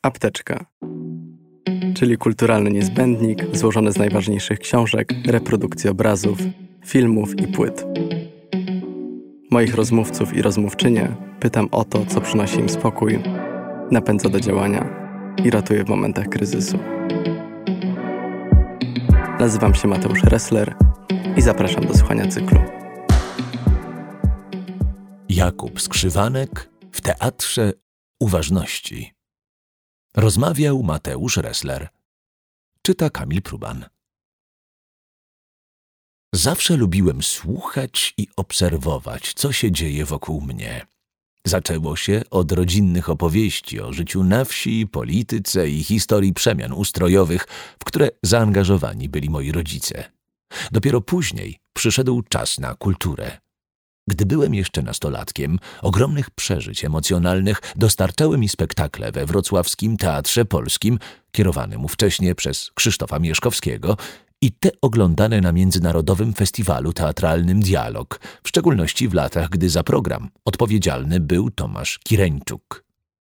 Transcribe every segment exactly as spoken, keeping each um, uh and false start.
Apteczka, czyli kulturalny niezbędnik złożony z najważniejszych książek, reprodukcji obrazów, filmów i płyt. Moich rozmówców i rozmówczynie pytam o to, co przynosi im spokój, napędza do działania i ratuje w momentach kryzysu. Nazywam się Mateusz Ressler i zapraszam do słuchania cyklu. Jakub Skrzywanek w Teatrze Uważności. Rozmawiał Mateusz Ressler. Czyta Kamil Pruban. Zawsze lubiłem słuchać i obserwować, co się dzieje wokół mnie. Zaczęło się od rodzinnych opowieści o życiu na wsi, polityce i historii przemian ustrojowych, w które zaangażowani byli moi rodzice. Dopiero później przyszedł czas na kulturę. Gdy byłem jeszcze nastolatkiem, ogromnych przeżyć emocjonalnych dostarczały mi spektakle we wrocławskim Teatrze Polskim, kierowanym ówcześnie przez Krzysztofa Mieszkowskiego, i te oglądane na Międzynarodowym Festiwalu Teatralnym Dialog, w szczególności w latach, gdy za program odpowiedzialny był Tomasz Kireńczuk.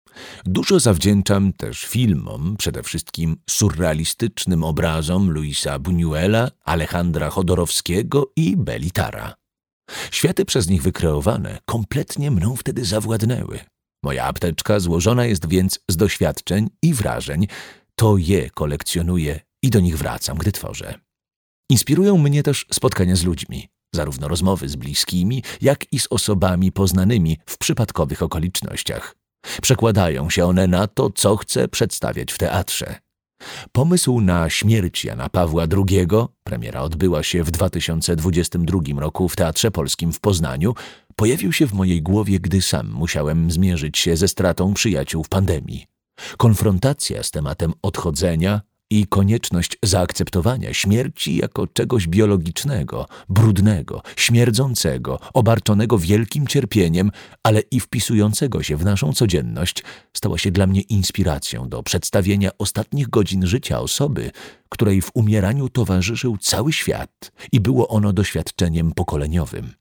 Dużo zawdzięczam też filmom, przede wszystkim surrealistycznym obrazom Luisa Buñuela, Alejandra Chodorowskiego i Belitara. Światy przez nich wykreowane kompletnie mną wtedy zawładnęły. Moja apteczka złożona jest więc z doświadczeń i wrażeń, to je kolekcjonuję i do nich wracam, gdy tworzę. Inspirują mnie też spotkania z ludźmi, zarówno rozmowy z bliskimi, jak i z osobami poznanymi w przypadkowych okolicznościach. Przekładają się one na to, co chcę przedstawiać w teatrze. Pomysł na śmierć Jana Pawła drugiego, premiera odbyła się w dwa tysiące dwudziestym drugim roku w Teatrze Polskim w Poznaniu, pojawił się w mojej głowie, gdy sam musiałem zmierzyć się ze stratą przyjaciół w pandemii. Konfrontacja z tematem odchodzenia i konieczność zaakceptowania śmierci jako czegoś biologicznego, brudnego, śmierdzącego, obarczonego wielkim cierpieniem, ale i wpisującego się w naszą codzienność, stała się dla mnie inspiracją do przedstawienia ostatnich godzin życia osoby, której w umieraniu towarzyszył cały świat i było ono doświadczeniem pokoleniowym.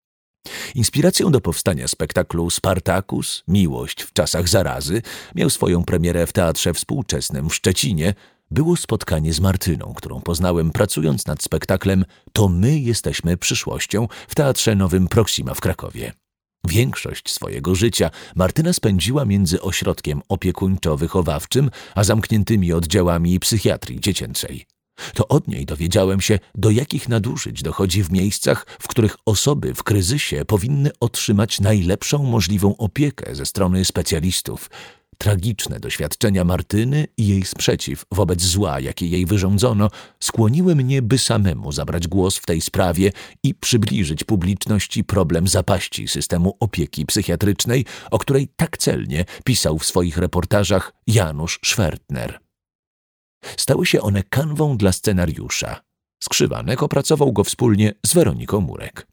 Inspiracją do powstania spektaklu Spartacus, Miłość w czasach zarazy, miał swoją premierę w Teatrze Współczesnym w Szczecinie, było spotkanie z Martyną, którą poznałem pracując nad spektaklem To my jesteśmy przyszłością w Teatrze Nowym Proxima w Krakowie. Większość swojego życia Martyna spędziła między ośrodkiem opiekuńczo-wychowawczym a zamkniętymi oddziałami psychiatrii dziecięcej. To od niej dowiedziałem się, do jakich nadużyć dochodzi w miejscach, w których osoby w kryzysie powinny otrzymać najlepszą możliwą opiekę ze strony specjalistów. Tragiczne doświadczenia Martyny i jej sprzeciw wobec zła, jakie jej wyrządzono, skłoniły mnie, by samemu zabrać głos w tej sprawie i przybliżyć publiczności problem zapaści systemu opieki psychiatrycznej, o której tak celnie pisał w swoich reportażach Janusz Szwertner. Stały się one kanwą dla scenariusza. Skrzywanek opracował go wspólnie z Weroniką Murek.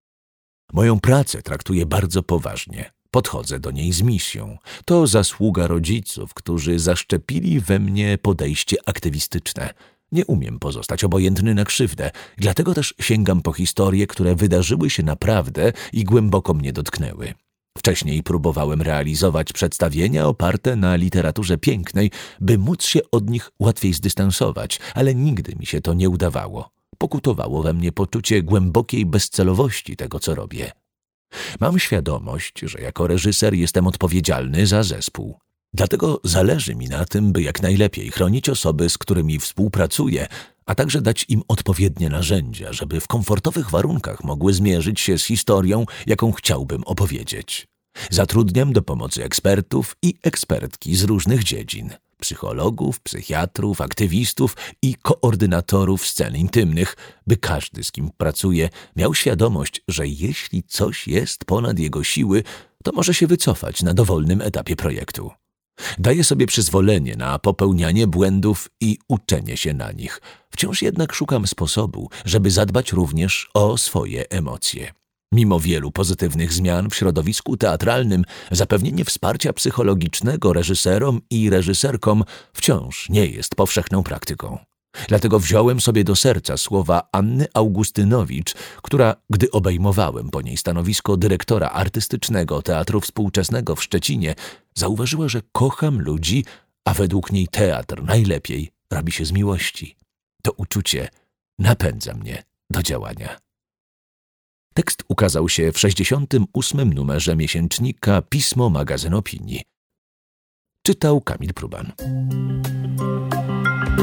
Moją pracę traktuję bardzo poważnie. Podchodzę do niej z misją. To zasługa rodziców, którzy zaszczepili we mnie podejście aktywistyczne. Nie umiem pozostać obojętny na krzywdę, dlatego też sięgam po historie, które wydarzyły się naprawdę i głęboko mnie dotknęły. Wcześniej próbowałem realizować przedstawienia oparte na literaturze pięknej, by móc się od nich łatwiej zdystansować, ale nigdy mi się to nie udawało. Pokutowało we mnie poczucie głębokiej bezcelowości tego, co robię. Mam świadomość, że jako reżyser jestem odpowiedzialny za zespół. Dlatego zależy mi na tym, by jak najlepiej chronić osoby, z którymi współpracuję, a także dać im odpowiednie narzędzia, żeby w komfortowych warunkach mogły zmierzyć się z historią, jaką chciałbym opowiedzieć. Zatrudniam do pomocy ekspertów i ekspertki z różnych dziedzin. Psychologów, psychiatrów, aktywistów i koordynatorów scen intymnych, by każdy, z kim pracuje, miał świadomość, że jeśli coś jest ponad jego siły, to może się wycofać na dowolnym etapie projektu. Daję sobie przyzwolenie na popełnianie błędów i uczenie się na nich. Wciąż jednak szukam sposobu, żeby zadbać również o swoje emocje. Mimo wielu pozytywnych zmian w środowisku teatralnym, zapewnienie wsparcia psychologicznego reżyserom i reżyserkom wciąż nie jest powszechną praktyką. Dlatego wziąłem sobie do serca słowa Anny Augustynowicz, która, gdy obejmowałem po niej stanowisko dyrektora artystycznego Teatru Współczesnego w Szczecinie, zauważyła, że kocham ludzi, a według niej teatr najlepiej robi się z miłości. To uczucie napędza mnie do działania. Tekst ukazał się w sześćdziesiątym ósmym numerze miesięcznika Pismo Magazyn Opinii. Czytał Kamil Pruban.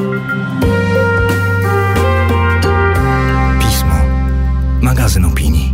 Pismo. Magazyn Opinii.